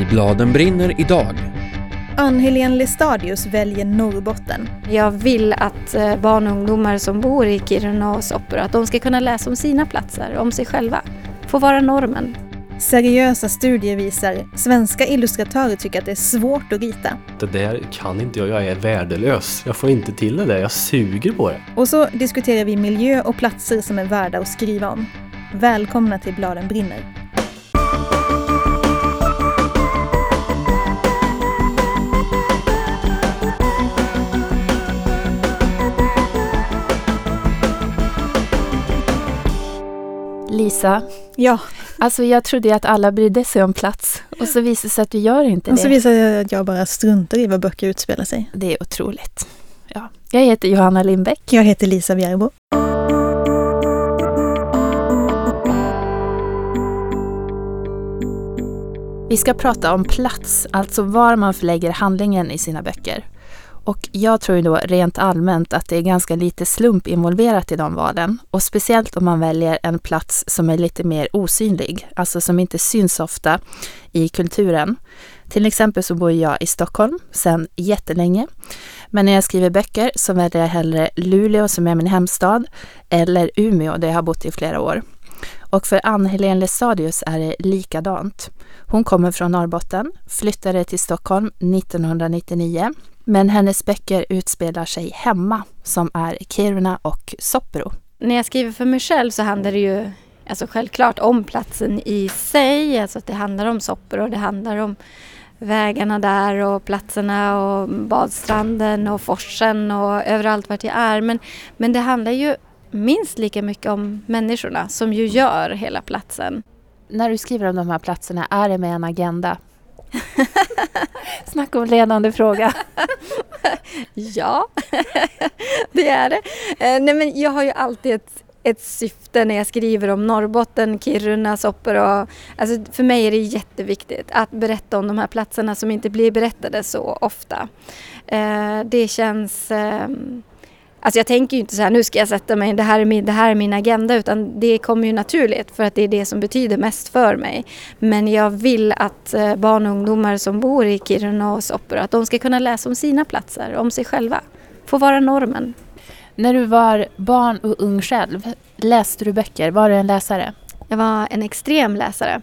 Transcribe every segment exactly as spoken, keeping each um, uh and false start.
I Bladen brinner idag. Ann-Helén Lestadius väljer Norrbotten. Jag vill att barn och ungdomar som bor i Kiruna och Soppero, att de ska kunna läsa om sina platser, om sig själva. Få vara normen. Seriösa studier visar svenska illustratörer tycker att det är svårt att rita. Det där kan inte jag, jag är värdelös. Jag får inte till det där, jag suger på det. Och så diskuterar vi miljö och platser som är värda att skriva om. Välkomna till Bladen brinner. Lisa, ja. Alltså jag trodde att alla brydde sig om plats och så visar det sig att vi gör inte det. Och så visar det att jag bara struntar i vad böcker utspelar sig. Det är otroligt. Ja. Jag heter Johanna Lindbäck. Jag heter Lisa Bjärbo. Vi ska prata om plats, alltså var man förlägger handlingen i sina böcker. Och jag tror ju då rent allmänt att det är ganska lite slump involverat i de valen. Och speciellt om man väljer en plats som är lite mer osynlig. Alltså som inte syns ofta i kulturen. Till exempel så bor jag i Stockholm sedan jättelänge. Men när jag skriver böcker så väljer jag hellre Luleå som är min hemstad. Eller Umeå där jag har bott i flera år. Och för Ann-Helén Lestadius är det likadant. Hon kommer från Norrbotten, flyttade till Stockholm nittonhundranittionio. Men hennes böcker utspelar sig hemma som är Kiruna och Soppero. När jag skriver för mig själv så handlar det ju alltså självklart om platsen i sig. Alltså att det handlar om Soppero, det handlar om vägarna där och platserna och badstranden och forsen och överallt vart jag är. Men, men det handlar ju minst lika mycket om människorna som ju gör hela platsen. När du skriver om de här platserna, är det med en agenda? Snacka om ledande fråga. Ja, det är det. Eh, nej men jag har ju alltid ett, ett syfte när jag skriver om Norrbotten, Kiruna, Soppero. Alltså för mig är det jätteviktigt att berätta om de här platserna som inte blir berättade så ofta. Eh, det känns... Eh, Alltså jag tänker ju inte så här, nu ska jag sätta mig, det här, är min, det här är min agenda, utan det kommer ju naturligt för att det är det som betyder mest för mig. Men jag vill att barn och ungdomar som bor i Kiruna och Soppero, att de ska kunna läsa om sina platser, om sig själva. Få vara normen. När du var barn och ung själv, läste du böcker? Var du en läsare? Jag var en extrem läsare.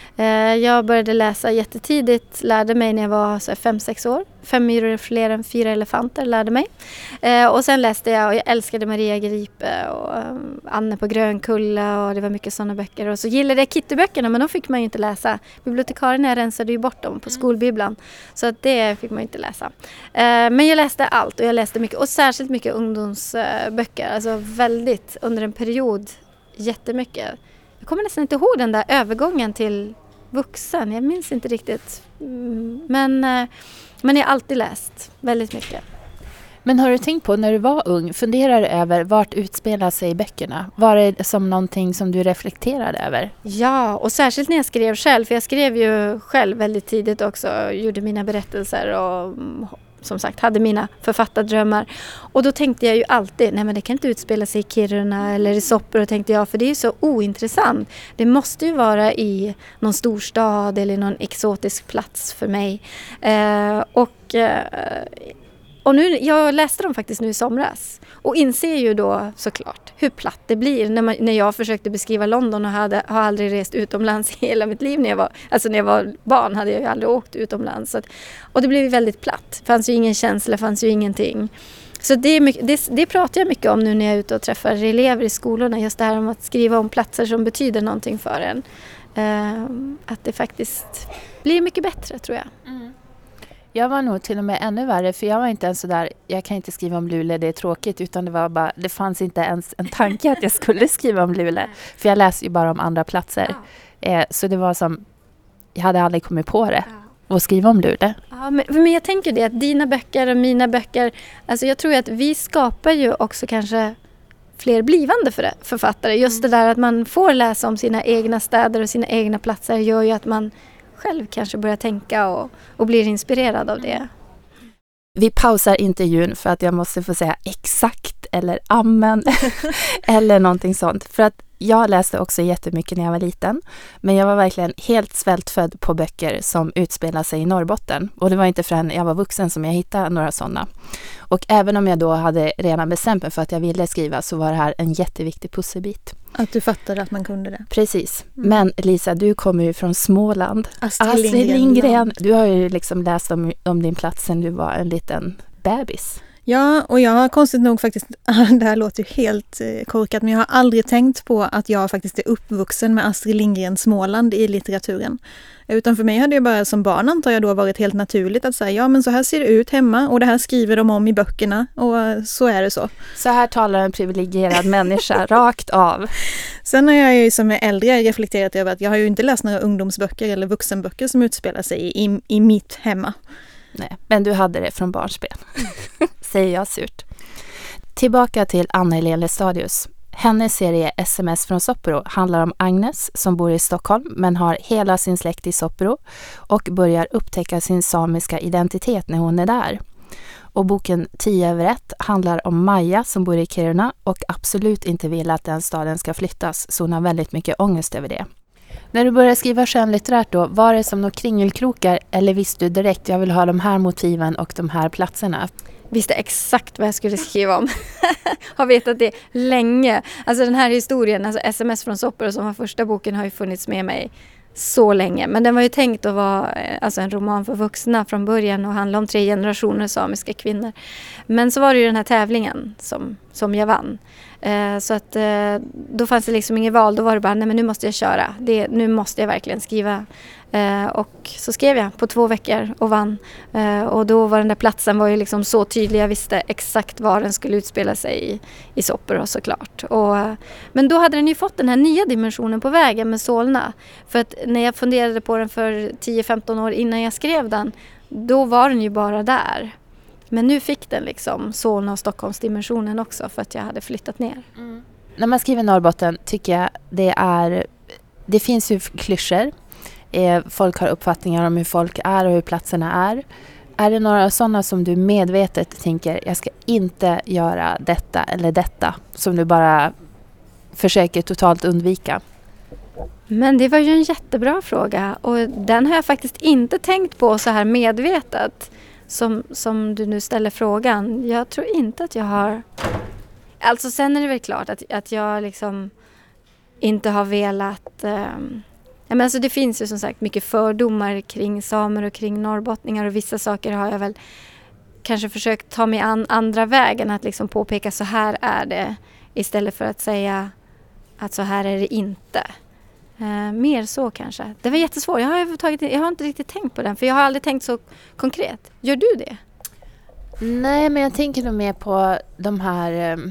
Jag började läsa jättetidigt, lärde mig när jag var så fem sex år. Fem myror är fler än fyra elefanter lärde mig. Och sen läste jag och jag älskade Maria Gripe och Anne på Grönkulla och det var mycket sådana böcker. Och så gillade jag Kittyböckerna, men de fick man ju inte läsa. Bibliotekarierna rensade ju bort dem på skolbibblan. Så att det fick man inte läsa. Men jag läste allt och jag läste mycket. Och särskilt mycket ungdomsböcker. Alltså väldigt under en period jättemycket. Jag kommer nästan inte ihåg den där övergången till vuxen. Jag minns inte riktigt. Men, men jag har alltid läst väldigt mycket. Men har du tänkt på när du var ung, funderar du över vart utspelar sig böckerna? Var det som någonting som du reflekterade över? Ja, och särskilt när jag skrev själv. För jag skrev ju själv väldigt tidigt också. Gjorde mina berättelser och som sagt hade mina författardrömmar. Och då tänkte jag ju alltid, nej men det kan inte utspela sig i Kiruna eller i Soppero, tänkte jag, för det är ju så ointressant. Det måste ju vara i någon storstad eller någon exotisk plats för mig. Eh, och eh, och nu, jag läste dem faktiskt nu i somras och inser ju då såklart hur platt det blir när, man, när jag försökte beskriva London och hade, har aldrig rest utomlands i hela mitt liv. När jag var, alltså när jag var barn hade jag ju aldrig åkt utomlands. Så att, och det blev ju väldigt platt. Det fanns ju ingen känsla, det fanns ju ingenting. Så det, är mycket, det, det pratar jag mycket om nu när jag är ute och träffar elever i skolorna. Just det här om att skriva om platser som betyder någonting för en. Uh, att det faktiskt blir mycket bättre, tror jag. Mm. Jag var nog till och med ännu värre, för jag var inte ens så där, jag kan inte skriva om Luleå, det är tråkigt, utan det var bara, det fanns inte ens en tanke att jag skulle skriva om Luleå, för jag läser ju bara om andra platser. Ja. Eh, så det var som, jag hade aldrig kommit på det, ja. Att skriva om Luleå. Ja, men, men jag tänker det, att dina böcker och mina böcker, alltså jag tror att vi skapar ju också kanske fler blivande för det, författare. Just mm. det där att man får läsa om sina egna städer och sina egna platser gör ju att man själv kanske börjar tänka och, och blir inspirerad av det. Vi pausar intervjun för att jag måste få säga exakt eller ammen eller någonting sånt. För att jag läste också jättemycket när jag var liten, men jag var verkligen helt svältfödd på böcker som utspelar sig i Norrbotten. Och det var inte förrän jag var vuxen som jag hittade några sådana. Och även om jag då hade redan bestämt mig för att jag ville skriva, så var det här en jätteviktig pusselbit. Att du fattade att man kunde det. Precis. Mm. Men Lisa, du kommer ju från Småland. Astrid, Astrid Lindgren. Lindgren. Du har ju liksom läst om, om din plats sedan du var en liten bebis. Ja, och jag har konstigt nog faktiskt, det här låter ju helt korkat, men jag har aldrig tänkt på att jag faktiskt är uppvuxen med Astrid Lindgren Småland i litteraturen. Utan för mig hade det bara som barn, antar jag, då varit helt naturligt att säga, ja men så här ser det ut hemma och det här skriver de om i böckerna och så är det så. Så här talar en privilegierad människa rakt av. Sen har jag ju som är äldre reflekterat över att jag har ju inte läst några ungdomsböcker eller vuxenböcker som utspelar sig i, i, i mitt hemma. Nej, men du hade det från barnsben, säger jag surt. Tillbaka till Anna-Helene Lestadius. Hennes serie S M S från Soppero handlar om Agnes som bor i Stockholm men har hela sin släkt i Soppero och börjar upptäcka sin samiska identitet när hon är där. Och boken tio över ett handlar om Maja som bor i Kiruna och absolut inte vill att den staden ska flyttas, så hon har väldigt mycket ångest över det. När du började skriva skönlitterärt då, var det som några kringelkrokar eller visste du direkt jag vill ha de här motiven och de här platserna? Visste exakt vad jag skulle skriva om. Har vetat det länge. Alltså den här historien, alltså S M S från Soppero som var första boken, har ju funnits med mig så länge. Men den var ju tänkt att vara alltså en roman för vuxna från början och handla om tre generationer samiska kvinnor. Men så var det ju den här tävlingen som, som jag vann. Eh, så att eh, då fanns det liksom inget val. Då var det bara, nej men nu måste jag köra. Det, nu måste jag verkligen skriva. Eh, och så skrev jag på två veckor och vann. Eh, och då var den där platsen var ju liksom så tydlig. Jag visste exakt var den skulle utspela sig i, i Soppero såklart. Och, men då hade den ju fått den här nya dimensionen på vägen med Solna. För att när jag funderade på den för tio femton år innan jag skrev den, då var den ju bara där. Men nu fick den liksom Solna och Stockholmsdimensionen också för att jag hade flyttat ner. Mm. När man skriver Norrbotten tycker jag det är, det finns ju klyschor. Eh, folk har uppfattningar om hur folk är och hur platserna är. Är det några sådana som du medvetet tänker, jag ska inte göra detta eller detta, som du bara försöker totalt undvika? Men det var ju en jättebra fråga och den har jag faktiskt inte tänkt på så här medvetet. Som, som du nu ställer frågan. Jag tror inte att jag har... Alltså sen är det väl klart att, att jag liksom inte har velat... Um... Ja, men alltså det finns ju som sagt mycket fördomar kring samer och kring norrbottningar. Och vissa saker har jag väl kanske försökt ta mig an andra vägen. Att liksom påpeka så här är det. Istället för att säga att så här är det inte. Uh, mer så kanske. Det var jättesvårt. Jag har, övertagit, jag har inte riktigt tänkt på den. För jag har aldrig tänkt så konkret. Gör du det? Nej, men jag tänker nog mer på de här... Um,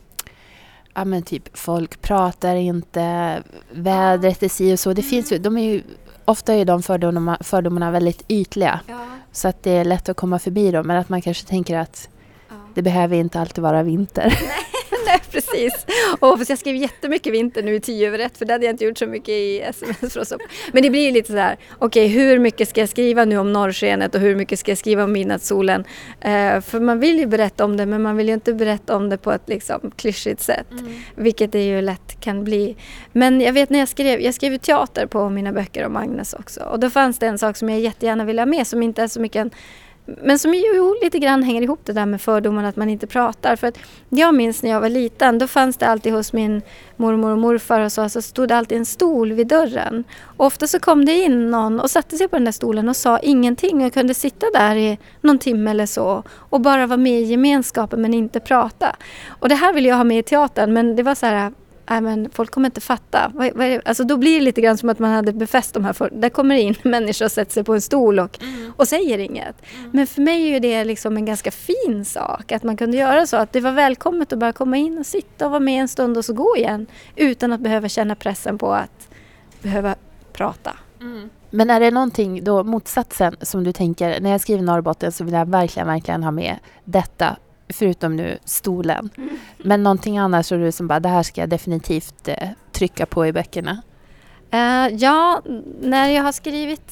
ja, men typ folk pratar inte, vädret är si och så. Det mm. finns ju, de är ju, ofta är de fördomarna, fördomarna väldigt ytliga. Ja. Så att det är lätt att komma förbi dem. Men att man kanske tänker att ja. det behöver inte alltid vara vinter. Nej, precis. Och jag skrev jättemycket vinter nu i tio över ett, för det hade jag inte gjort så mycket i S M S från Soppero. Men det blir lite så här, okej, okay, hur mycket ska jag skriva nu om norrskenet och hur mycket ska jag skriva om midnattssolen? Uh, för man vill ju berätta om det, men man vill ju inte berätta om det på ett liksom klyschigt sätt. Mm. Vilket det ju lätt kan bli. Men jag vet när jag skrev, jag skrev ju teater på mina böcker om Agnes också. Och då fanns det en sak som jag jättegärna ville ha med, som inte är så mycket en... Men som ju lite grann hänger ihop det där med fördomar att man inte pratar. För att jag minns när jag var liten, då fanns det alltid hos min mormor och morfar och så, så stod det alltid en stol vid dörren. Och ofta så kom det in någon och satte sig på den där stolen och sa ingenting. Jag kunde sitta där i någon timme eller så och bara vara med i gemenskapen men inte prata. Och det här ville jag ha med i teatern, men det var så här... Nej, men folk kommer inte fatta. Vad, vad är det? Alltså då blir det lite grann som att man hade befäst de här. För, där kommer in människor och sätter sig på en stol och, mm. och säger inget. Mm. Men för mig är ju det liksom en ganska fin sak. Att man kunde göra så. Att det var välkommet att bara komma in och sitta och vara med en stund och så gå igen. Utan att behöva känna pressen på att behöva prata. Mm. Men är det någonting då, motsatsen som du tänker, när jag skriver Norrbotten så vill jag verkligen, verkligen ha med detta. Förutom nu stolen. Mm. Men någonting annat så är det som bara, det här ska jag definitivt eh, trycka på i böckerna. Uh, ja, när jag har skrivit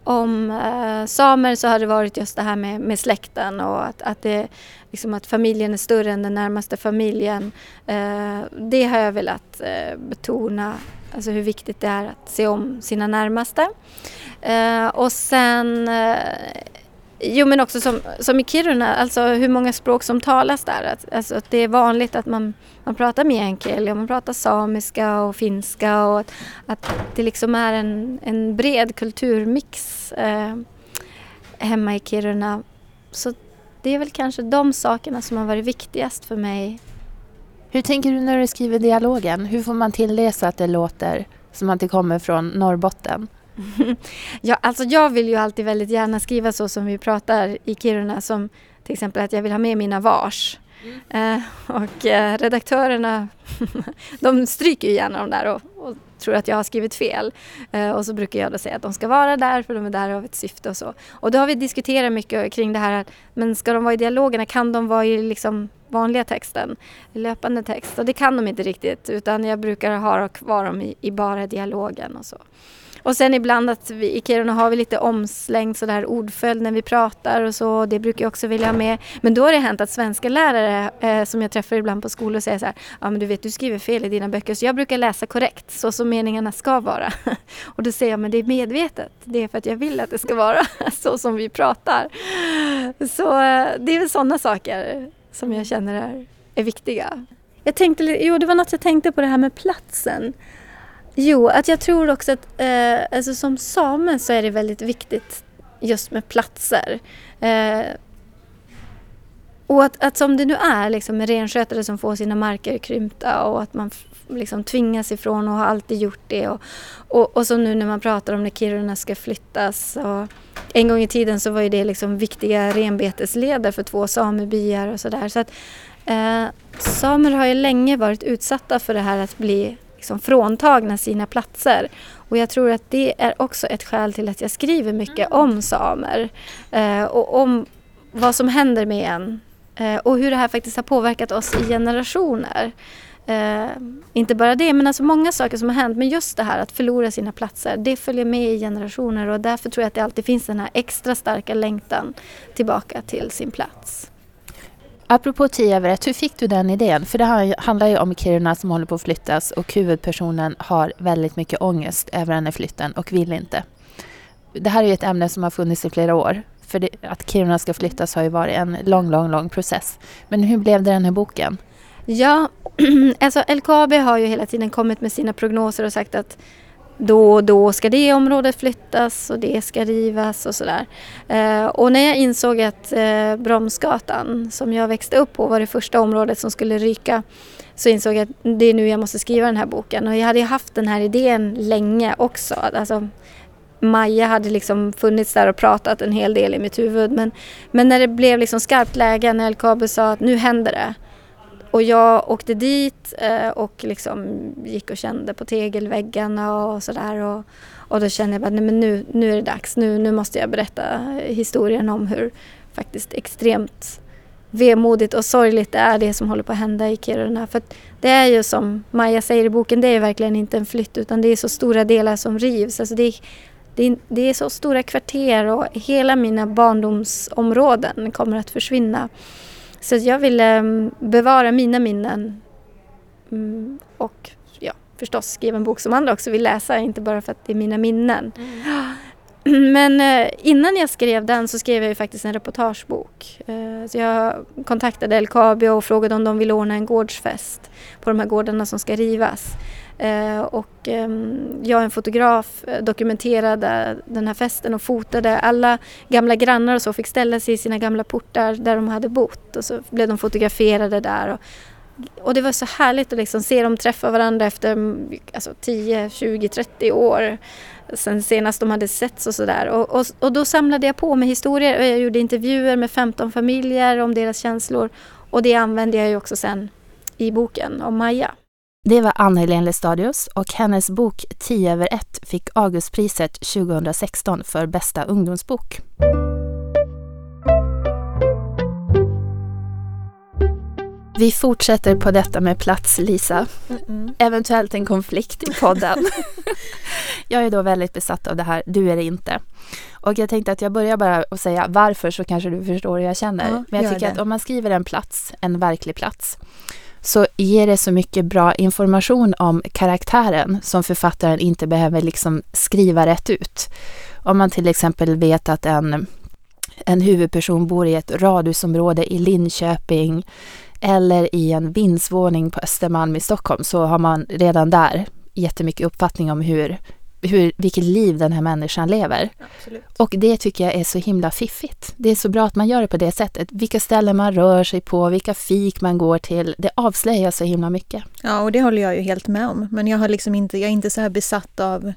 om eh, samer så har det varit just det här med, med släkten och att, att, det, liksom att familjen är större än den närmaste familjen. Eh, det har jag velat eh, betona, alltså hur viktigt det är att se om sina närmaste. Eh, och sen... Eh, Jo, men också som, som i Kiruna, alltså hur många språk som talas där. Att, alltså att det är vanligt att man, man pratar meänkieli och man pratar samiska och finska och att, att det liksom är en, en bred kulturmix eh, hemma i Kiruna. Så det är väl kanske de sakerna som har varit viktigast för mig. Hur tänker du när du skriver dialogen? Hur får man till det så att det låter som att det kommer från Norrbotten? Ja, alltså jag vill ju alltid väldigt gärna skriva så som vi pratar i Kiruna, som till exempel att jag vill ha med mina vars. Mm. Eh, och eh, redaktörerna de stryker ju gärna de där och, och tror att jag har skrivit fel. Eh, och så brukar jag då säga att de ska vara där för de är där av ett syfte och så. Och då har vi diskuterat mycket kring det här, men ska de vara i dialogerna, kan de vara i liksom vanliga texten, löpande text? Och det kan de inte riktigt, utan jag brukar ha kvar dem i, i bara dialogen och så. Och sen ibland att vi i Kiruna har vi lite omsläng så där ordföljd när vi pratar och så. Det brukar jag också vilja ha med. Men då har det hänt att svenska lärare eh, som jag träffar ibland på skolor säger så här: ja men du vet, du skriver fel i dina böcker, så jag brukar läsa korrekt så som meningarna ska vara. Och då säger jag, men det är medvetet. Det är för att jag vill att det ska vara så som vi pratar. Så eh, det är väl sådana saker som jag känner är, är viktiga. Jag tänkte, jo det var något jag tänkte på det här med platsen. Jo, att jag tror också att eh, alltså som same så är det väldigt viktigt just med platser. Eh, och att, att som det nu är liksom, med renskötare som får sina marker krympta och att man f- liksom tvingas ifrån och har alltid gjort det. Och, och, och så nu när man pratar om när Kiruna ska flyttas. Och en gång i tiden så var ju det liksom viktiga renbetesleder för två samebyar och sådär. Så att eh, samer har ju länge varit utsatta för det här att bli liksom fråntagna sina platser. Och jag tror att det är också ett skäl till att jag skriver mycket om samer. Eh, och om vad som händer med en. Eh, och hur det här faktiskt har påverkat oss i generationer. Eh, inte bara det, men alltså många saker som har hänt. Men just det här att förlora sina platser, det följer med i generationer. Och därför tror jag att det alltid finns den här extra starka längtan tillbaka till sin plats. Apropå tio över ett, hur fick du den idén? För det här handlar ju om Kiruna som håller på att flyttas och huvudpersonen har väldigt mycket ångest över den här flytten och vill inte. Det här är ju ett ämne som har funnits i flera år. För det, att Kiruna ska flyttas har ju varit en lång, lång, lång process. Men hur blev det den här boken? Ja, alltså L K A B har ju hela tiden kommit med sina prognoser och sagt att då och då ska det området flyttas och det ska rivas och sådär. Eh, och när jag insåg att eh, Bromsgatan som jag växte upp på var det första området som skulle ryka, så insåg jag att det är nu jag måste skriva den här boken. Och jag hade haft den här idén länge också. Alltså, Maja hade liksom funnits där och pratat en hel del i mitt huvud. Men, men när det blev liksom skarpt läge, när L K A B sa att nu händer det. Och jag åkte dit eh, och liksom gick och kände på tegelväggarna och sådär. Och, och då kände jag bara, nej men nu, nu är det dags. Nu, nu måste jag berätta historien om hur faktiskt extremt vemodigt och sorgligt det är det som håller på att hända i Kiruna. För att det är ju som Maja säger i boken, det är verkligen inte en flytt utan det är så stora delar som rivs. Alltså det är, det är, det är så stora kvarter och hela mina barndomsområden kommer att försvinna. Så jag ville bevara mina minnen och ja, förstås skriva en bok som andra också vill läsa, inte bara för att det är mina minnen. Mm. Men innan jag skrev den så skrev jag ju faktiskt en reportagebok. Så jag kontaktade L K A B och frågade om de ville ordna en gårdsfest på de här gårdarna som ska rivas. Och jag och en fotograf dokumenterade den här festen och fotade. Alla gamla grannar och så fick ställa sig i sina gamla portar där de hade bott. Och så blev de fotograferade där. Och, och det var så härligt att liksom se dem träffa varandra efter alltså, tio, tjugo, trettio år. Sen senast de hade setts och sådär. Och, och, och då samlade jag på med historier. Och jag gjorde intervjuer med femton familjer om deras känslor. Och det använde jag ju också sen i boken om Maja. Det var Ann-Helén Lestadius och hennes bok tio över ett fick Augustpriset tjugohundrasexton för bästa ungdomsbok. Vi fortsätter på detta med plats, Lisa. Mm-mm. Eventuellt en konflikt i podden. Jag är då väldigt besatt av det här. Du är det inte. Och jag tänkte att jag börjar bara att säga varför, så kanske du förstår hur jag känner. Ja, men jag tycker det. Att om man skriver en plats, en verklig plats, så ger det så mycket bra information om karaktären som författaren inte behöver liksom skriva rätt ut. Om man till exempel vet att en, en huvudperson bor i ett radhusområde i Linköping eller i en vindsvåning på Östermalm i Stockholm, så har man redan där jättemycket uppfattning om hur, hur, vilket liv den här människan lever. Absolut. Och det tycker jag är så himla fiffigt. Det är så bra att man gör det på det sättet. Vilka ställen man rör sig på, vilka fik man går till, det avslöjar så himla mycket. Ja, och det håller jag ju helt med om. Men jag har liksom inte, jag är inte så här besatt av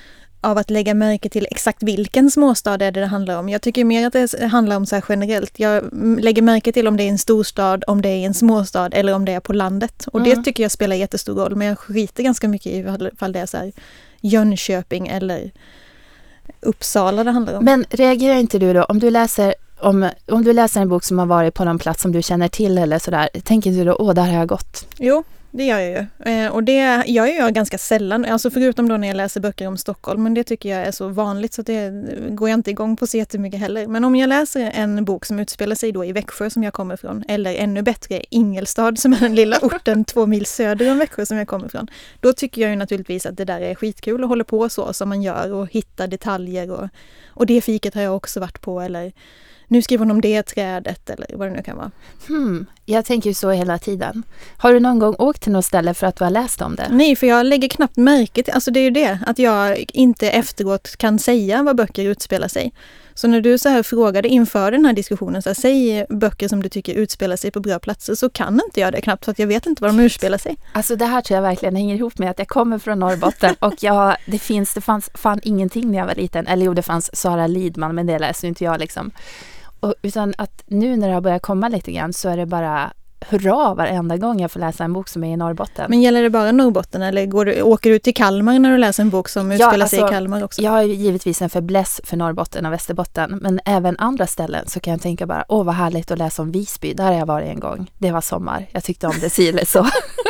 av att lägga märke till exakt vilken småstad är det det handlar om. Jag tycker mer att det handlar om så här generellt. Jag lägger märke till om det är en storstad, om det är en småstad eller om det är på landet. Och mm. det tycker jag spelar jättestor roll. Men jag skiter ganska mycket i ifall det är så här Jönköping eller Uppsala det handlar om. Men reagerar inte du då, om du läser om, om du läser en bok som har varit på någon plats som du känner till eller sådär, tänker du då, åh, där har jag gått? Jo. Det gör jag ju. Eh, och det gör jag ganska sällan. Alltså förutom då när jag läser böcker om Stockholm. Men det tycker jag är så vanligt så att det går jag inte igång på så jättemycket heller. Men om jag läser en bok som utspelar sig då i Växjö som jag kommer ifrån. Eller ännu bättre Ingelstad som är den lilla orten två mil söder om Växjö som jag kommer ifrån. Då tycker jag ju naturligtvis att det där är skitkul och håller på så som man gör. Och hittar detaljer. Och, och det fiket har jag också varit på. Eller nu skriver hon om det trädet eller vad det nu kan vara. Hmm, jag tänker ju så hela tiden. Har du någon gång åkt till något ställe för att du har läst om det? Nej, för jag lägger knappt märke till, alltså det är ju det, att jag inte efteråt kan säga vad böcker utspelar sig. Så när du så här frågade inför den här diskussionen, så här, säg böcker som du tycker utspelar sig på bra platser, så kan inte jag det knappt, för att jag vet inte var de utspelar sig. Alltså det här tror jag verkligen hänger ihop med att jag kommer från Norrbotten och jag, det finns, det fanns fan ingenting när jag var liten. Eller jo, det fanns Sara Lidman, men det läste inte jag liksom. Och, utan att nu när det har börjat komma lite grann så är det bara hurra varenda gång jag får läsa en bok som är i Norrbotten. Men gäller det bara Norrbotten eller går du, åker du till Kalmar när du läser en bok som utspelar ja, alltså, sig i Kalmar också? Jag har ju givetvis en fäbless för Norrbotten och Västerbotten, men även andra ställen så kan jag tänka bara, åh vad härligt att läsa om Visby, där har jag varit en gång. Det var sommar, jag tyckte om det Sile så.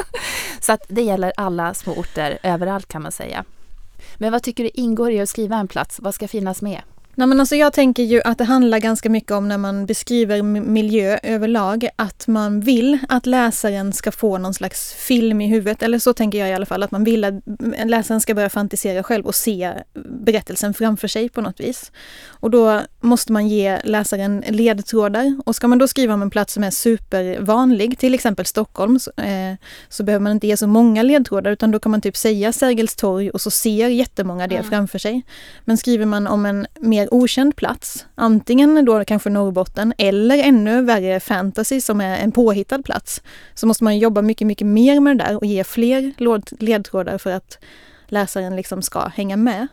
Så att det gäller alla små orter överallt kan man säga. Men vad tycker du ingår i att skriva en plats? Vad ska finnas med? Nej, men alltså jag tänker ju att det handlar ganska mycket om när man beskriver miljö överlag, att man vill att läsaren ska få någon slags film i huvudet, eller så tänker jag i alla fall, att man vill att läsaren ska börja fantisera själv och se berättelsen framför sig på något vis. Och då måste man ge läsaren ledtrådar, och ska man då skriva om en plats som är supervanlig, till exempel Stockholm, så, eh, så behöver man inte ge så många ledtrådar, utan då kan man typ säga Sergels torg och så ser jättemånga det mm. framför sig. Men skriver man om en mer okänd plats, antingen då kanske Norrbotten eller ännu värre fantasy som är en påhittad plats, så måste man jobba mycket, mycket mer med det där och ge fler ledtrådar för att läsaren liksom ska hänga med.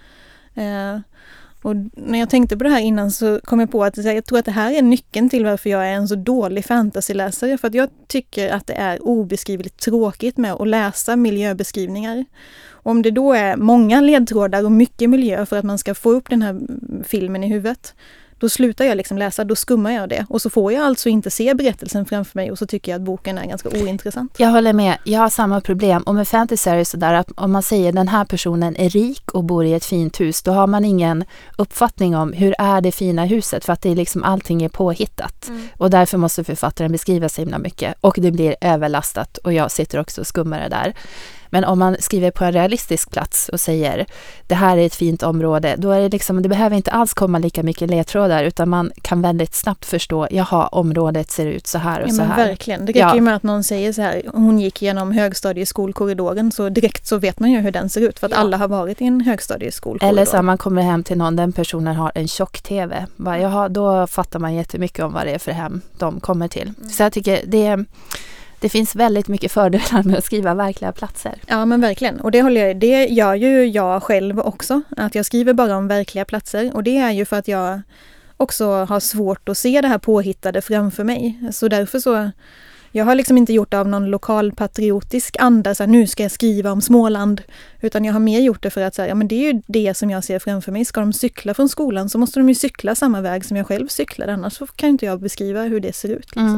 Eh, och när jag tänkte på det här innan så kom jag på att jag tror att det här är nyckeln till varför jag är en så dålig fantasyläsare, för att jag tycker att det är obeskrivligt tråkigt med att läsa miljöbeskrivningar. Och om det då är många ledtrådar och mycket miljö för att man ska få upp den här filmen i huvudet, då slutar jag liksom läsa, då skummar jag det. Och så får jag alltså inte se berättelsen framför mig, och så tycker jag att boken är ganska ointressant. Jag håller med, jag har samma problem. Och med fantasy är det sådär att om man säger den här personen är rik och bor i ett fint hus, då har man ingen uppfattning om hur är det fina huset, för att det är liksom allting är påhittat. Mm. Och därför måste författaren beskriva sig himla mycket. Och det blir överlastat, och jag sitter också och skummar det där. Men om man skriver på en realistisk plats och säger det här är ett fint område, då är det liksom, det behöver inte alls komma lika mycket ledtrådar, utan man kan väldigt snabbt förstå, jaha, området ser ut så här och ja, så men här. Verkligen, det räcker ja. ju med att någon säger så här, hon gick genom högstadieskolkorridoren, så direkt så vet man ju hur den ser ut, för att ja. alla har varit i en högstadieskolkorridor. Eller så man kommer hem till någon, den personen har en tjock-tv. Bara, jaha, då fattar man jättemycket om vad det är för hem de kommer till. Mm. Så jag tycker det är Det finns väldigt mycket fördelar med att skriva verkliga platser. Ja, men verkligen. Och det, håller jag, det gör ju jag själv också. Att jag skriver bara om verkliga platser. Och det är ju för att jag också har svårt att se det här påhittade framför mig. Så därför så... Jag har liksom inte gjort det av någon lokal patriotisk anda, så här, nu ska jag skriva om Småland. Utan jag har mer gjort det för att så här, ja, men det är ju det som jag ser framför mig. Ska de cykla från skolan så måste de ju cykla samma väg som jag själv cyklar. Annars så kan inte jag beskriva hur det ser ut. Liksom. Mm.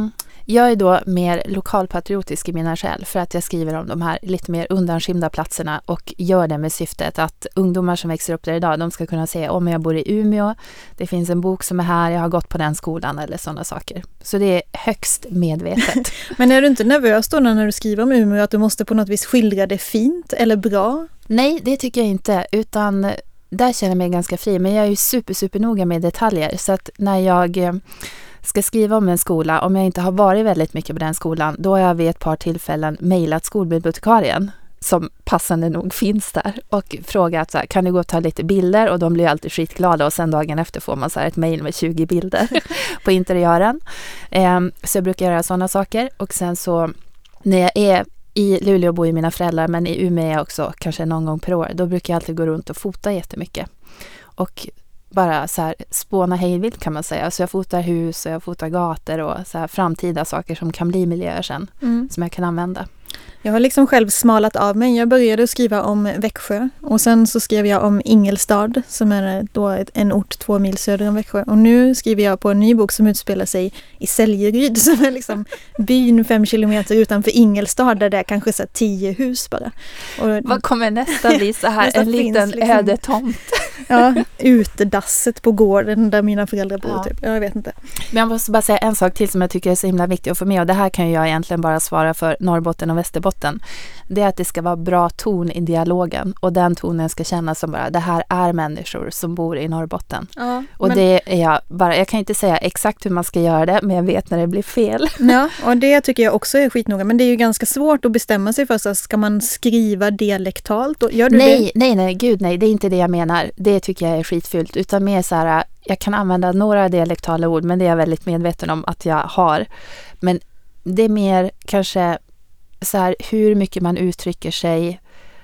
Jag är då mer lokalpatriotisk i mina själ för att jag skriver om de här lite mer undanskymda platserna och gör det med syftet att ungdomar som växer upp där idag, de ska kunna se om jag bor i Umeå, det finns en bok som är här, jag har gått på den skolan eller sådana saker. Så det är högst medvetet. Men är du inte nervös då när du skriver om Umeå att du måste på något vis skildra det fint eller bra? Nej, det tycker jag inte, utan där känner jag mig ganska fri. Men jag är ju super, super noga med detaljer. Så att när jag ska skriva om en skola, om jag inte har varit väldigt mycket på den skolan, då har jag vid ett par tillfällen mejlat skolbibliotekarien som passande nog finns där och frågat så här, kan du gå och ta lite bilder? Och de blir alltid skitglada och sen dagen efter får man så här ett mejl med tjugo bilder på interiören. Um, så jag brukar göra sådana saker och sen så när jag är i Luleå bor ju mina föräldrar, men i Umeå är jag också kanske någon gång per år. Då brukar jag alltid gå runt och fota jättemycket. Och bara så här spåna hejvilt kan man säga. Så jag fotar hus och jag fotar gator och så här framtida saker som kan bli miljöer sen. Mm. Som jag kan använda. Jag har liksom själv smalat av mig. Jag började skriva om Växjö och sen så skrev jag om Ingelstad som är då en ort två mil söder om Växjö. Och nu skriver jag på en ny bok som utspelar sig i Säljeryd som är liksom byn fem kilometer utanför Ingelstad där det är kanske så här tio hus bara. Och vad kommer nästa bli så här? En liten liksom ödetomt. Ja, utedasset på gården där mina föräldrar bor, ja. Typ. Jag vet inte. Men jag måste bara säga en sak till som jag tycker är så himla viktig att få med. Och det här kan jag egentligen bara svara för Norrbotten och Västerbotten. Det är att det ska vara bra ton i dialogen. Och den tonen ska kännas som bara, det här är människor som bor i Norrbotten. Ja, och men det är jag bara, jag kan inte säga exakt hur man ska göra det, men jag vet när det blir fel. Ja, och det tycker jag också är skitnoga. Men det är ju ganska svårt att bestämma sig för, så ska man skriva dialektalt? Och gör du nej, det? nej, nej, gud nej, det är inte det jag menar. Det tycker jag är skitfullt. Utan mer så här, jag kan använda några dialektala ord, men det är jag väldigt medveten om att jag har. Men det är mer kanske så här, hur mycket man uttrycker sig,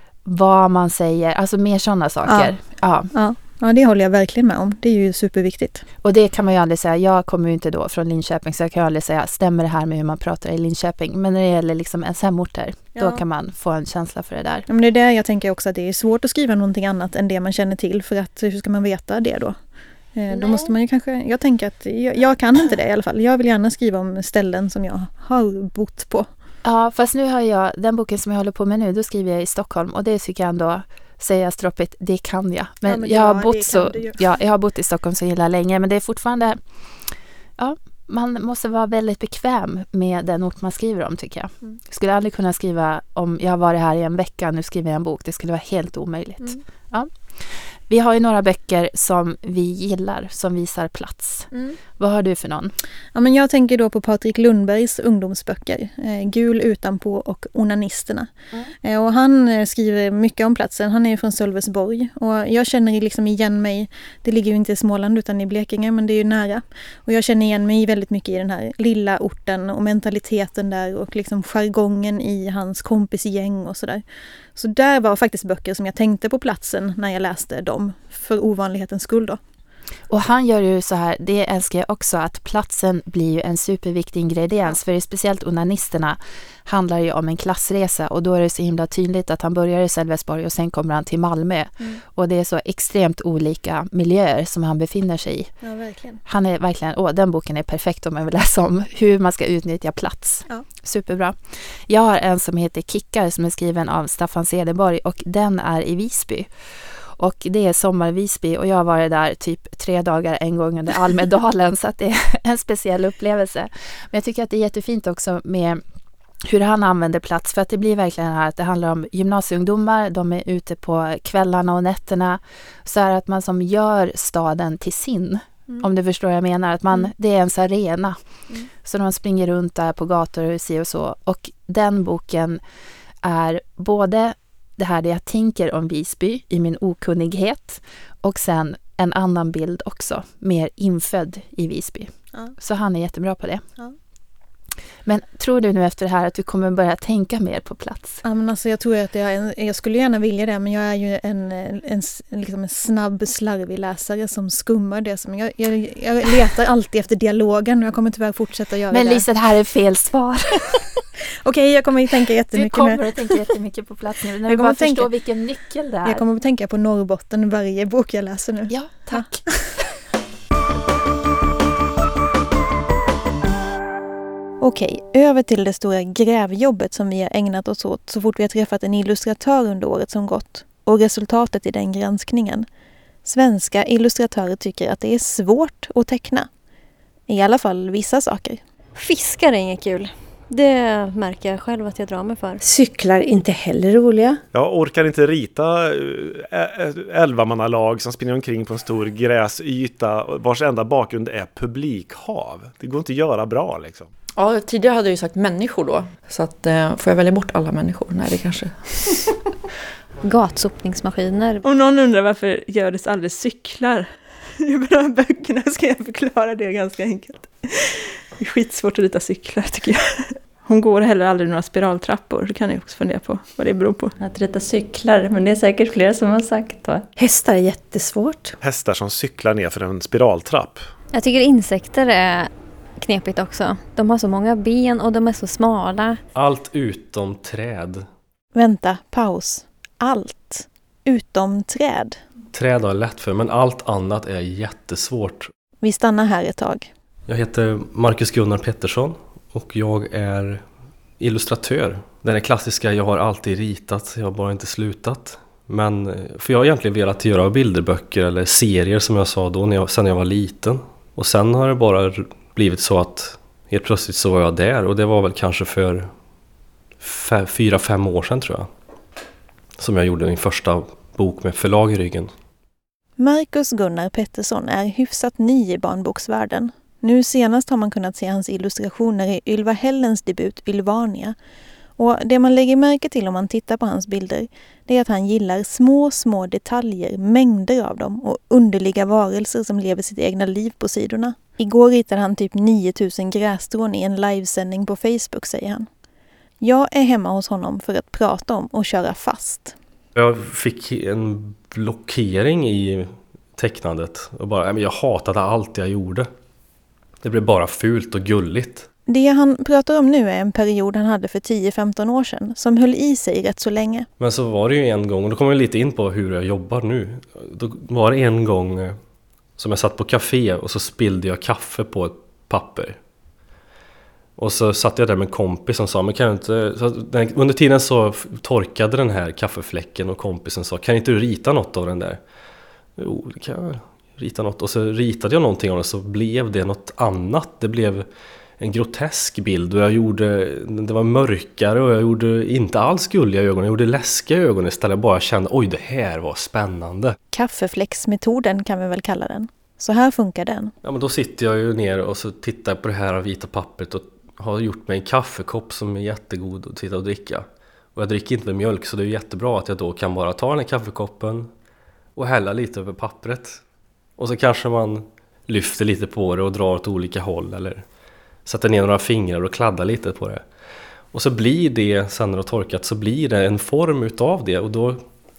vad man säger, alltså mer sådana saker. Ja. Ja. Ja. Ja, det håller jag verkligen med om. Det är ju superviktigt. Och det kan man ju aldrig säga. Jag kommer ju inte då från Linköping, så jag kan ju aldrig säga, stämmer det här med hur man pratar i Linköping? Men när det gäller liksom ens hemorter, ja. Då kan man få en känsla för det där. Ja, men det är där jag tänker också att det är svårt att skriva någonting annat än det man känner till. För att hur ska man veta det då? Eh, då måste man ju kanske, jag tänker att jag, jag kan inte det i alla fall. Jag vill gärna skriva om ställen som jag har bott på. Ja, fast nu har jag, den boken som jag håller på med nu, då skriver jag i Stockholm. Och det tycker jag ändå, säger jag stroppigt, det kan jag. Men, ja, men jag, har bott så, ja, jag har bott i Stockholm så hela länge, men det är fortfarande, ja, man måste vara väldigt bekväm med den ort man skriver om, tycker jag. Mm. Jag skulle aldrig kunna skriva om, jag har varit här i en vecka, nu skriver jag en bok. Det skulle vara helt omöjligt. Mm. Ja. Vi har ju några böcker som vi gillar, som visar plats. Mm. Vad har du för någon? Ja, men jag tänker då på Patrik Lundbergs ungdomsböcker. Eh, Gul utanpå och Onanisterna. Mm. Eh, och han eh, skriver mycket om platsen. Han är från Sölvesborg. Och jag känner liksom igen mig, det ligger ju inte i Småland utan i Blekinge, men det är ju nära. Och jag känner igen mig väldigt mycket i den här lilla orten och mentaliteten där och liksom jargongen i hans kompisgäng och sådär. Så där var faktiskt böcker som jag tänkte på platsen när jag läste dem, för ovanlighetens skull då. Och han gör ju så här, det älskar jag också, att platsen blir ju en superviktig ingrediens. För speciellt Onanisterna handlar ju om en klassresa, och då är det så himla tydligt att han börjar i Sölvesborg och sen kommer han till Malmö. Mm. Och det är så extremt olika miljöer som han befinner sig i. Ja, verkligen. Han är verkligen, åh, den boken är perfekt om man vill läsa om hur man ska utnyttja plats. Ja. Superbra. Jag har en som heter Kickar som är skriven av Staffan Cederborg, och den är i Visby. Och det är sommar i Visby, och jag har varit där typ tre dagar en gång under Almedalen, så att det är en speciell upplevelse. Men jag tycker att det är jättefint också med hur han använder plats, för att det blir verkligen här att det handlar om gymnasieungdomar, de är ute på kvällarna och nätterna, så är att man som gör staden till sin. Mm. Om du förstår vad jag menar, att man, mm. det är ens arena. Mm. Så de springer runt där på gator och si och så. Och den boken är både det här det jag tänker om Visby i min okunnighet, och sen en annan bild också, mer infödd i Visby. Ja. Så han är jättebra på det. Ja. Men tror du nu efter det här att du kommer börja tänka mer på plats? Ja, men alltså jag tror att jag, jag skulle gärna vilja det, men jag är ju en, en, liksom en snabb, slarvig läsare som skummar det. Som jag, jag, jag letar alltid efter dialogen, och jag kommer tyvärr fortsätta göra men det. Men Lisa, det här är fel svar. Okej, okay, jag kommer att tänka jättemycket. Du kommer med. att tänka jättemycket på plats nu. När jag du bara tänka, förstår vilken nyckel det är. Jag kommer att tänka på Norrbotten varje bok jag läser nu. Ja, tack. Ja. Okej, över till det stora grävjobbet som vi har ägnat oss åt så fort vi har träffat en illustratör under året som gått. Och resultatet i den granskningen. Svenska illustratörer tycker att det är svårt att teckna. I alla fall vissa saker. Fiskar är inget kul. Det märker jag själv att jag drar mig för. Cyklar inte heller roliga. Jag orkar inte rita elvamannalag som springer omkring på en stor gräsyta vars enda bakgrund är publikhav. Det går inte att göra bra liksom. Ja, tidigare hade jag ju sagt människor då. Så att, eh, får jag välja bort alla människor? Nej, det kanske... Gatsopningsmaskiner. Om någon undrar varför Hjördis aldrig cyklar i de här böckerna ska jag förklara det ganska enkelt. Det är skitsvårt att rita cyklar tycker jag. Hon går heller aldrig några spiraltrappor. Det kan jag också fundera på vad det beror på. Att rita cyklar, men det är säkert flera som har sagt va? Hästar är jättesvårt. Hästar som cyklar ner för en spiraltrapp. Jag tycker insekter är knepigt också. De har så många ben och de är så smala. Allt utom träd. Vänta, paus. Allt utom träd. Träd har jag lätt för, men allt annat är jättesvårt. Vi stannar här ett tag. Jag heter Marcus Gunnar Pettersson och jag är illustratör. Den är klassiska, jag har alltid ritat, jag har bara inte slutat. Men för jag har egentligen velat göra bilderböcker eller serier som jag sa då när jag, sen jag var liten. Och sen har det bara blivit så att helt plötsligt så var jag där och det var väl kanske för f- fyra, fem år sedan tror jag. Som jag gjorde min första bok med förlag i ryggen. Marcus Gunnar Pettersson är hyfsat ny i barnboksvärlden. Nu senast har man kunnat se hans illustrationer i Ylva Hellens debut Ylvania. Och det man lägger märke till om man tittar på hans bilder, det är att han gillar små, små detaljer, mängder av dem och underliga varelser som lever sitt egna liv på sidorna. Igår ritade han typ nio tusen grässtrån i en livesändning på Facebook, säger han. Jag är hemma hos honom för att prata om och köra fast. Jag fick en blockering i tecknandet och bara, jag hatade allt jag gjorde. Det blev bara fult och gulligt. Det han pratar om nu är en period han hade för tio femton år sedan som höll i sig rätt så länge. Men så var det ju en gång, och då kommer jag lite in på hur jag jobbar nu. Då var det en gång som jag satt på café och så spillde jag kaffe på ett papper. Och så satt jag där med en kompis som sa, men kan inte... Så under tiden så torkade den här kaffefläcken och kompisen sa, kan inte du rita något av den där? Jo, det kan jag rita något. Och så ritade jag någonting av det så blev det något annat. Det blev en grotesk bild och jag gjorde, det var mörkare och jag gjorde inte alls gulliga ögon. Jag gjorde läskiga ögon istället. Jag bara kände, oj det här var spännande. Kaffefläcksmetoden kan vi väl kalla den. Så här funkar den. Ja, men då sitter jag ju ner och så tittar jag på det här vita pappret och har gjort mig en kaffekopp som är jättegod att sitta och dricka. Och jag dricker inte med mjölk så det är jättebra att jag då kan bara ta den här kaffekoppen och hälla lite över pappret. Och så kanske man lyfter lite på det och drar åt olika håll eller sätter ner några fingrar och kladdar lite på det. Och så blir det, sen när det har torkat, så blir det en form utav det. Och då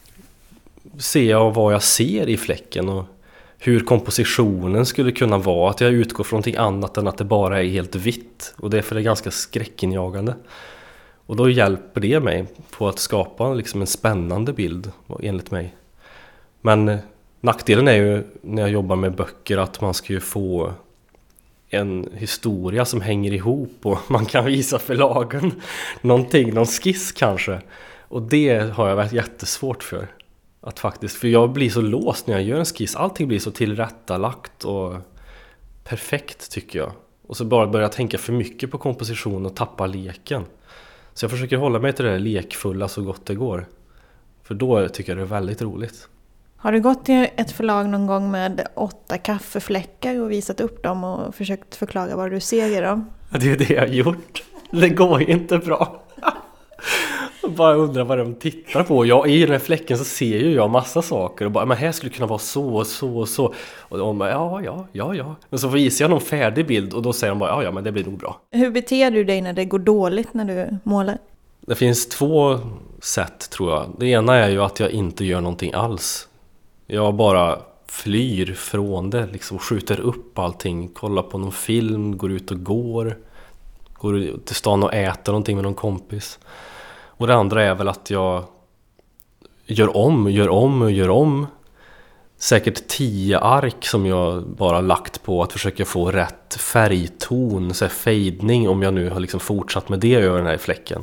ser jag vad jag ser i fläcken och hur kompositionen skulle kunna vara. Att jag utgår från någonting annat än att det bara är helt vitt. Och därför är det ganska skräckinjagande. Och då hjälper det mig på att skapa liksom en spännande bild, enligt mig. Men nackdelen är ju när jag jobbar med böcker att man ska ju få en historia som hänger ihop och man kan visa förlagen någonting, någon skiss kanske. Och det har jag varit jättesvårt för. Att faktiskt, för jag blir så låst när jag gör en skiss. Allting blir så tillrättalagt och perfekt tycker jag. Och så bara börjar jag tänka för mycket på komposition och tappa leken. Så jag försöker hålla mig till det lekfulla så gott det går. För då tycker jag det är väldigt roligt. Har du gått till ett förlag någon gång med åtta kaffefläckar och visat upp dem och försökt förklara vad du ser i dem? Ja, det är det jag har gjort. Det går ju inte bra. Jag bara undrar vad de tittar på. Jag, i den här fläcken så ser ju jag massa saker. Och bara, men här skulle det kunna vara så och så och så. Och de bara, ja, ja, ja, ja. Men så visar jag någon färdig bild och då säger de bara, ja, ja, men det blir nog bra. Hur beter du dig när det går dåligt när du målar? Det finns två sätt tror jag. Det ena är ju att jag inte gör någonting alls. Jag bara flyr från det, liksom skjuter upp allting, kollar på någon film, går ut och går, går ut till stan och äter någonting med någon kompis. Och det andra är väl att jag gör om, gör om och gör om säkert tio ark som jag bara lagt på att försöka få rätt färgton, så här fejdning, om jag nu har liksom fortsatt med det över den här fläcken.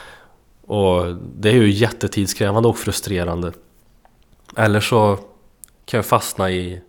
Och det är ju jättetidskrävande och frustrerande. Eller så kan jag fastna i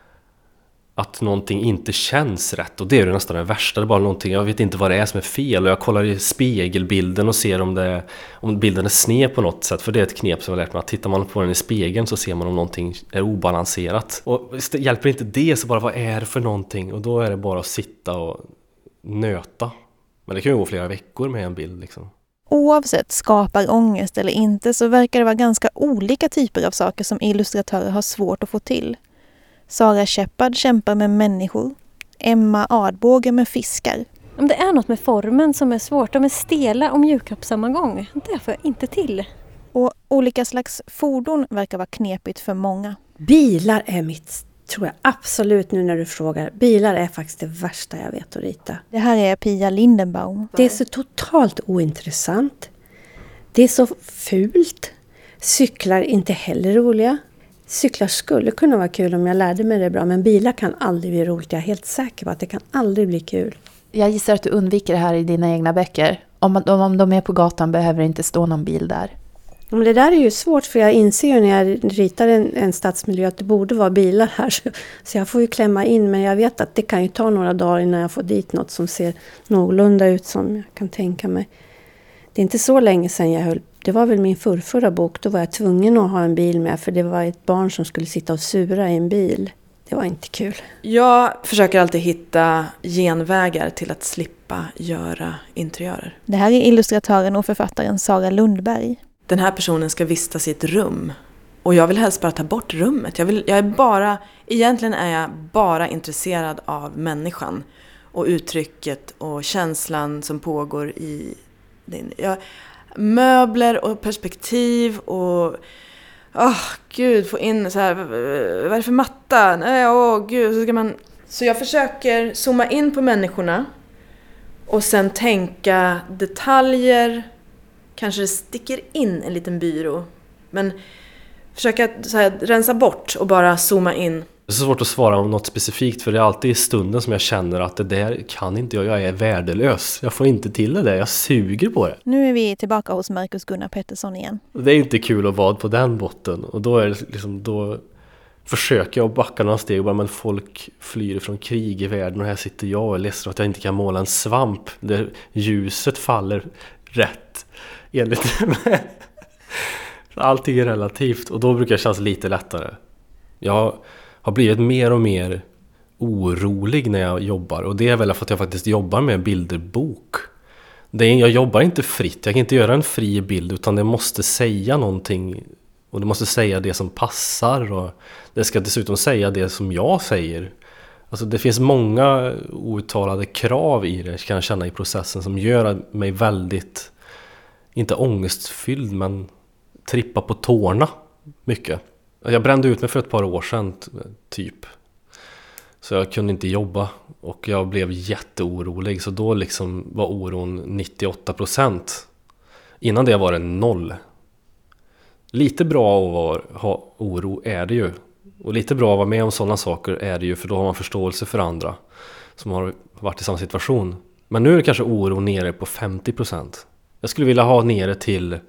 att någonting inte känns rätt, och det är ju nästan det värsta. Det är bara någonting, jag vet inte vad det är som är fel, och jag kollar i spegelbilden och ser om, det, om bilden är sned på något sätt, för det är ett knep som jag har lärt mig, att tittar man på den i spegeln så ser man om någonting är obalanserat. Och hjälper inte det, så bara vad är det för någonting? Och då är det bara att sitta och nöta. Men det kan ju gå flera veckor med en bild liksom. Oavsett skapar ångest eller inte, så verkar det vara ganska olika typer av saker som illustratörer har svårt att få till. Sara Shepard kämpar med människor. Emma Adbåge med fiskar. Om det är något med formen som är svårt, de är stela och mjuka på samma gång. Det får jag inte till. Och olika slags fordon verkar vara knepigt för många. Bilar är mitt, tror jag absolut nu när du frågar. Bilar är faktiskt det värsta jag vet att rita. Det här är Pia Lindenbaum. Det är så totalt ointressant. Det är så fult. Cyklar inte heller roliga. Cyklar skulle kunna vara kul om jag lärde mig det bra, men bilar kan aldrig bli roligt. Jag är helt säker på att det kan aldrig bli kul. Jag gissar att du undviker det här i dina egna böcker. Om, om de är på gatan behöver det inte stå någon bil där. Men det där är ju svårt, för jag inser ju när jag ritar en, en stadsmiljö att det borde vara bilar här. Så, så jag får ju klämma in, men jag vet att det kan ju ta några dagar innan jag får dit något som ser någorlunda ut som jag kan tänka mig. Det är inte så länge sedan jag höll, det var väl min förrförra bok, då var jag tvungen att ha en bil med, för det var ett barn som skulle sitta och sura i en bil. Det var inte kul. Jag försöker alltid hitta genvägar till att slippa göra interiörer. Det här är illustratören och författaren Sara Lundberg. Den här personen ska vistas i ett rum. Och jag vill helst bara ta bort rummet. Jag, vill, jag är bara, egentligen är jag bara intresserad av människan. Och uttrycket och känslan som pågår i den. Jag, möbler och perspektiv och... Åh, oh, gud, få in så här... Vad är det för matta? Nej, åh, oh, gud. Så, ska man, så jag försöker zooma in på människorna. Och sen tänka detaljer... Kanske det sticker in en liten byrå. Men försöka så här, rensa bort och bara zooma in. Det är så svårt att svara om något specifikt, för det är alltid i stunden som jag känner att det där kan inte jag, jag är värdelös. Jag får inte till det där, jag suger på det. Nu är vi tillbaka hos Marcus Gunnar Pettersson igen. Det är inte kul att vara på den botten, och då är det liksom, då försöker jag backa några steg och bara, men folk flyr från krig i världen och här sitter jag och är ledsen att jag inte kan måla en svamp där ljuset faller rätt. Enligt mig. Allting är relativt, och då brukar det kännas lite lättare. Jag har blivit mer och mer orolig när jag jobbar, och det är väl för att jag faktiskt jobbar med bilderbok. Det är, jag jobbar inte fritt, jag kan inte göra en fri bild, utan det måste säga någonting, och det måste säga det som passar, och det ska dessutom säga det som jag säger. Alltså det finns många outtalade krav i det, kan jag känna, i processen, som gör mig väldigt, inte ångestfylld, men trippa på tårna mycket. Jag brände ut mig för ett par år sedan typ. Så jag kunde inte jobba, och jag blev jätteorolig. Så då liksom var oron nittioåtta procent. Innan det var det noll. Lite bra att vara, ha oro är det ju. Och lite bra att vara med om sådana saker är det ju, för då har man förståelse för andra som har varit i samma situation. Men nu är det kanske oro nere på femtio procent. Jag skulle vilja ha nere till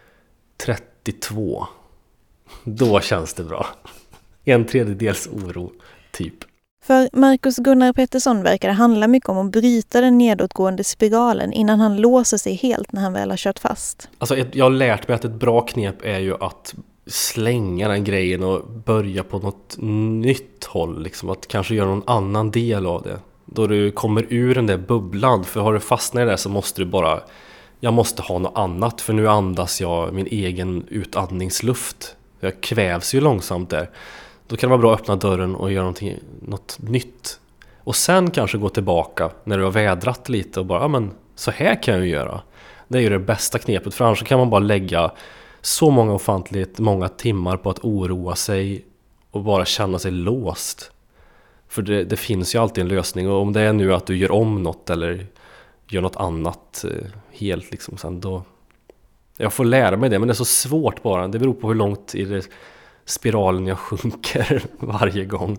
trettiotvå. Då känns det bra. En tredjedels oro, typ. För Marcus Gunnar Pettersson verkar det handla mycket om att bryta den nedåtgående spiralen innan han låser sig helt när han väl har kört fast. Alltså jag har lärt mig att ett bra knep är ju att slänga den grejen och börja på något nytt håll. Liksom. Att kanske göra någon annan del av det. Då du kommer ur den där bubblan. För har du fastnat i det så måste du bara... Jag måste ha något annat, för nu andas jag min egen utandningsluft. Jag kvävs ju långsamt där. Då kan det vara bra att öppna dörren och göra något nytt. Och sen kanske gå tillbaka när du har vädrat lite och bara, ja men så här kan jag ju göra. Det är ju det bästa knepet, för annars kan man bara lägga så många ofantligt många timmar på att oroa sig och bara känna sig låst. För det, det finns ju alltid en lösning, och om det är nu att du gör om något eller gör något annat helt liksom, sen då... Jag får lära mig det, men det är så svårt bara. Det beror på hur långt i det spiralen jag sjunker varje gång.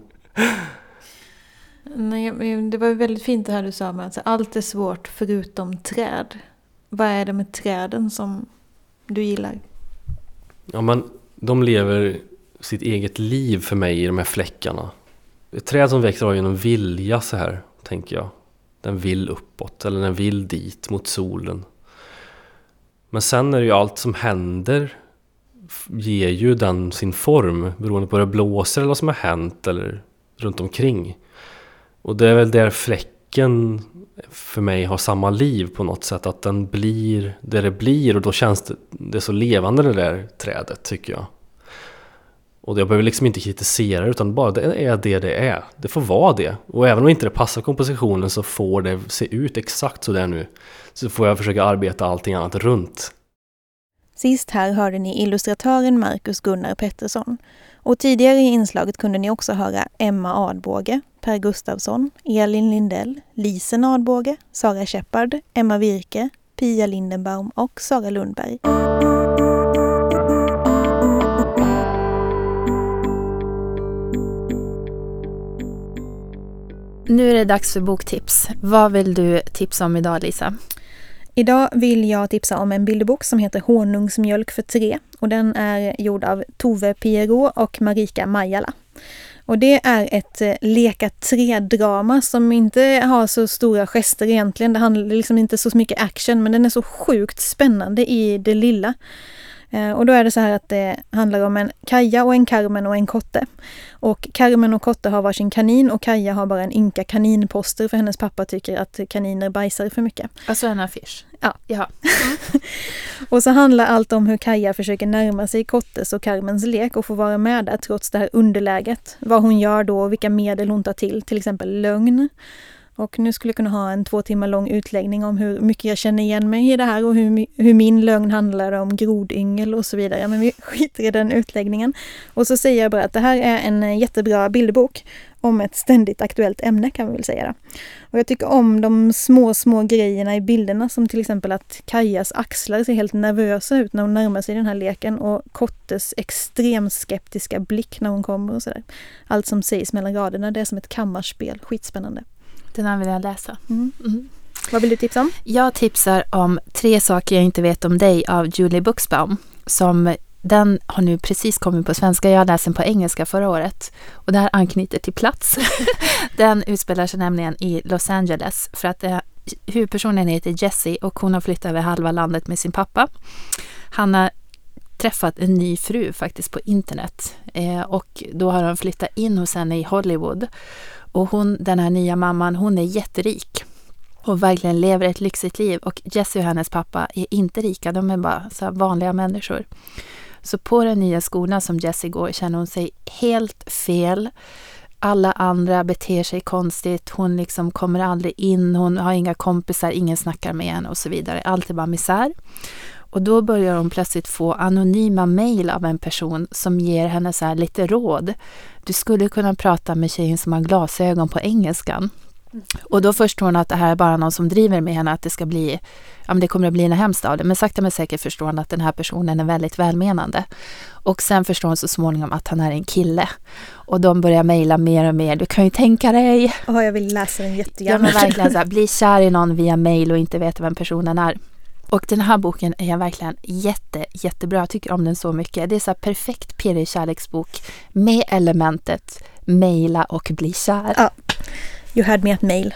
Nej, det var väldigt fint det här du sa med att allt är svårt förutom träd. Vad är det med träden som du gillar? Ja, men de lever sitt eget liv för mig i de här fläckarna. Ett träd som växer har ju en vilja så här, tänker jag. Den vill uppåt eller den vill dit mot solen. Men sen är det ju allt som händer ger ju den sin form beroende på om det blåser eller vad som har hänt eller runt omkring. Och det är väl där fläcken för mig har samma liv på något sätt, att den blir där det blir, och då känns det, det är så levande det där trädet, tycker jag. Och jag behöver liksom inte kritisera, utan bara det är det det är. Det får vara det. Och även om inte det passar kompositionen så får det se ut exakt så där nu. Så får jag försöka arbeta allting annat runt. Sist här hörde ni illustratören Marcus Gunnar Pettersson. Och tidigare i inslaget kunde ni också höra Emma Adbåge, Per Gustafsson, Elin Lindell, Lisen Adbåge, Sara Shepard, Emma Virke, Pia Lindenbaum och Sara Lundberg. Nu är det dags för boktips. Vad vill du tipsa om idag, Lisa? Idag vill jag tipsa om en bilderbok som heter Honungsmjölk för tre. Och den är gjord av Tove Pierrot och Marika Majala. Och det är ett leka tre-drama som inte har så stora gester egentligen. Det handlar liksom inte så mycket action, men den är så sjukt spännande i det lilla. Och då är det så här att det handlar om en Kaja och en Carmen och en Kotte. Och Carmen och Kotte har varsin kanin och Kaja har bara en ynka kaninposter för hennes pappa tycker att kaniner bajsar för mycket. Alltså en affisch? Ja. Jaha. Mm. Och så handlar allt om hur Kaja försöker närma sig Kottes och Carmens lek och få vara med där trots det här underläget. Vad hon gör då och vilka medel hon tar till, till exempel lögn. Och nu skulle jag kunna ha en två timmar lång utläggning om hur mycket jag känner igen mig i det här och hur, hur min lögn handlar om grodyngel och så vidare. Men vi skiter i den utläggningen. Och så säger jag bara att det här är en jättebra bilderbok om ett ständigt aktuellt ämne, kan vi väl säga. Och jag tycker om de små, små grejerna i bilderna, som till exempel att Kajas axlar ser helt nervösa ut när hon närmar sig den här leken och Kottes extremt skeptiska blick när hon kommer och sådär. Allt som sägs mellan raderna, det är som ett kammarspel. Skitspännande. Den här vill jag läsa. Mm. Mm. Vad vill du tipsa om? Jag tipsar om Tre saker jag inte vet om dig av Julie Buxbaum. Som, den har nu precis kommit på svenska. Jag läste den på engelska förra året. Och det här anknyter till plats. Den utspelar sig nämligen i Los Angeles. För att det, huvudpersonen heter Jessie och hon har flyttat över halva landet med sin pappa. Han har träffat en ny fru faktiskt på internet. Eh, och då har de flyttat in hos henne i Hollywood. Och hon, den här nya mamman, hon är jätterik och verkligen lever ett lyxigt liv. Och Jessie och hennes pappa är inte rika, de är bara så här vanliga människor. Så på den nya skolan som Jessie går känner hon sig helt fel. Alla andra beter sig konstigt, hon liksom kommer aldrig in, hon har inga kompisar, ingen snackar med henne och så vidare. Allt är bara misär. Och då börjar hon plötsligt få anonyma mejl av en person som ger henne så här lite råd. Du skulle kunna prata med tjejen som har glasögon på engelskan. Mm. Och då förstår hon att det här är bara någon som driver med henne, att det ska bli, ja men det kommer att bli en hemskt av det. Men sakta men säkert förstår hon att den här personen är väldigt välmenande. Och sen förstår hon så småningom att han är en kille. Och de börjar mejla mer och mer. Du kan ju tänka dig. Ja, jag vill läsa den jättegärna. Ja, men verkligen så här, bli kär i någon via mejl och inte veta vem personen är. Och den här boken är verkligen jätte, jättebra. Jag tycker om den så mycket. Det är så här perfekt pirrig kärleksbok med elementet mejla och bli kär. Ja, you had me at mail.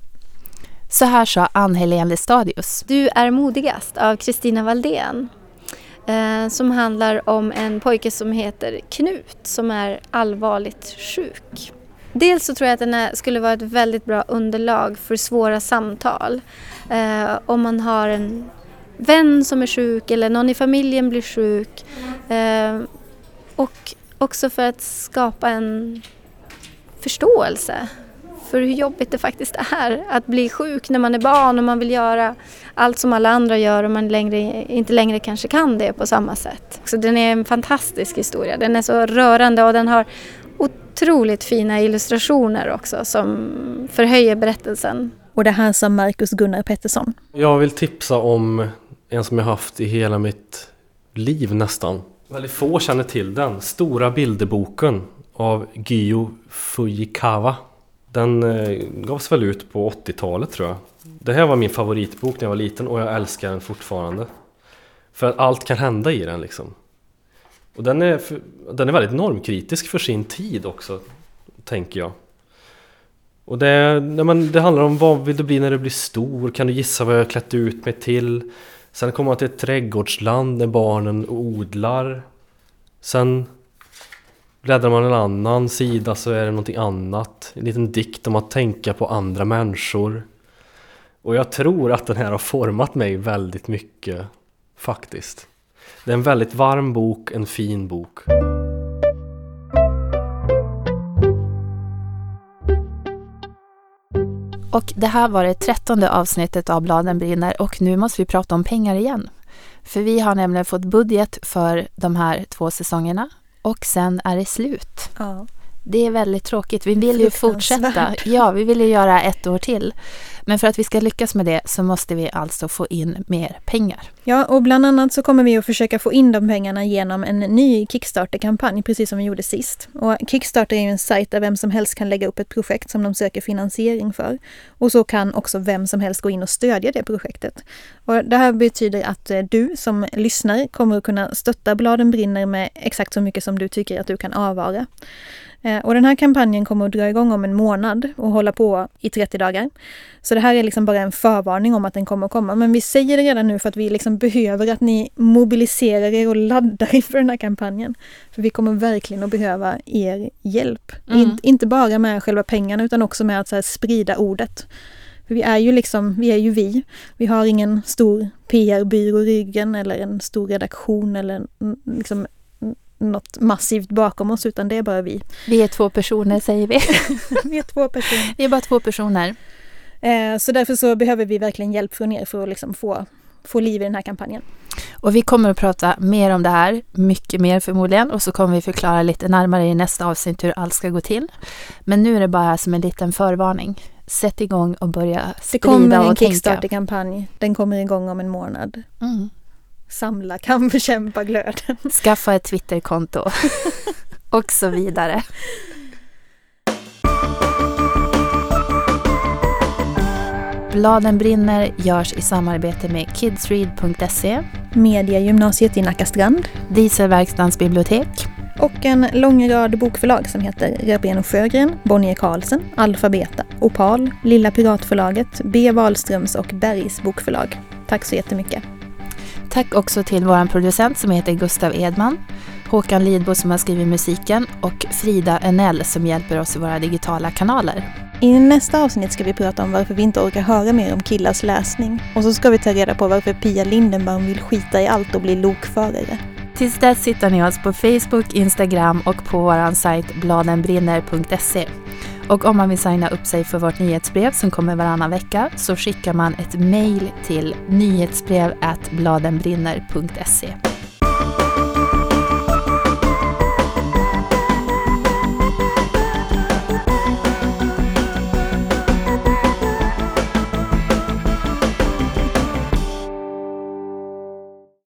Så här sa Ann-Helene Lestadius. Du är modigast av Kristina Valdén. Eh, som handlar om en pojke som heter Knut som är allvarligt sjuk. Dels så tror jag att den här skulle vara ett väldigt bra underlag för svåra samtal. Eh, om man har en vän som är sjuk eller någon i familjen blir sjuk. Eh, och också för att skapa en förståelse för hur jobbigt det faktiskt är att bli sjuk när man är barn och man vill göra allt som alla andra gör och man längre, inte längre kanske kan det på samma sätt. Så den är en fantastisk historia. Den är så rörande och den har otroligt fina illustrationer också som förhöjer berättelsen. Och det här som Marcus Gunnar Pettersson. Jag vill tipsa om en som jag haft i hela mitt liv nästan. Väldigt få känner till den. Stora bilderboken av Gyo Fujikawa. Den eh, gavs väl ut på åttiotalet tror jag. Det här var min favoritbok när jag var liten och jag älskar den fortfarande. För att allt kan hända i den liksom. Och den är, för, den är väldigt normkritisk för sin tid också, tänker jag. Och det, när man, det handlar om vad vill du bli när du blir stor? Kan du gissa vad jag har klätt ut mig till? Sen kommer man till ett trädgårdsland där barnen odlar. Sen bläddrar man en annan sida så är det någonting annat. En liten dikt om att tänka på andra människor. Och jag tror att den här har format mig väldigt mycket faktiskt. Det är en väldigt varm bok, en fin bok. Och det här var det trettonde avsnittet av Bladen brinner och nu måste vi prata om pengar igen. För vi har nämligen fått budget för de här två säsongerna och sen är det slut. Ja. Det är väldigt tråkigt. Vi vill ju fortsätta. Ja, vi vill ju göra ett år till. Men för att vi ska lyckas med det så måste vi alltså få in mer pengar. Ja, och bland annat så kommer vi att försöka få in de pengarna genom en ny Kickstarter-kampanj, precis som vi gjorde sist. Och Kickstarter är ju en sajt där vem som helst kan lägga upp ett projekt som de söker finansiering för. Och så kan också vem som helst gå in och stödja det projektet. Och det här betyder att du som lyssnar kommer att kunna stötta Bladen brinner med exakt så mycket som du tycker att du kan avvara. Och den här kampanjen kommer att dra igång om en månad och hålla på i trettio dagar. Så det här är liksom bara en förvarning om att den kommer att komma. Men vi säger det redan nu för att vi liksom behöver att ni mobiliserar er och laddar inför den här kampanjen. För vi kommer verkligen att behöva er hjälp. Mm. In, inte bara med själva pengarna utan också med att så här sprida ordet. För vi är ju liksom, vi är ju vi. Vi har ingen stor P R-byrå i ryggen eller en stor redaktion eller liksom något massivt bakom oss, utan det är bara vi. Vi är två personer, säger vi. Vi är två personer. Vi är bara två personer. Eh, så därför så behöver vi verkligen hjälp från er för att liksom få, få liv i den här kampanjen. Och vi kommer att prata mer om det här, mycket mer förmodligen, och så kommer vi förklara lite närmare i nästa avsnitt hur allt ska gå till. Men nu är det bara som en liten förvarning. Sätt igång och börja sprida och tänka. Det kommer en Kickstarter-kampanj. Den kommer igång om en månad. Mm. Samla kan bekämpa glöden. Skaffa ett Twitterkonto och så vidare. Bladen brinner görs i samarbete med kidsread punkt se, Mediagymnasiet i Nackastrand, Dieselverkstans bibliotek och en lång rad bokförlag som heter Röbén och Sjögren, Bonnier Carlsen, Alfabeta, Opal, Lilla Piratförlaget, B. Wahlströms och Bergs bokförlag. Tack så jättemycket. Tack också till vår producent som heter Gustav Edman, Håkan Lidbo som har skrivit musiken och Frida Enell som hjälper oss i våra digitala kanaler. I nästa avsnitt ska vi prata om varför vi inte orkar höra mer om killars läsning. Och så ska vi ta reda på varför Pia Lindenbaum vill skita i allt och bli lokförare. Tills dess hittar ni oss på Facebook, Instagram och på vår sajt bladen brinner punkt se. Och om man vill signa upp sig för vårt nyhetsbrev som kommer varannan vecka så skickar man ett mejl till nyhetsbrev at bladen brinner punkt se.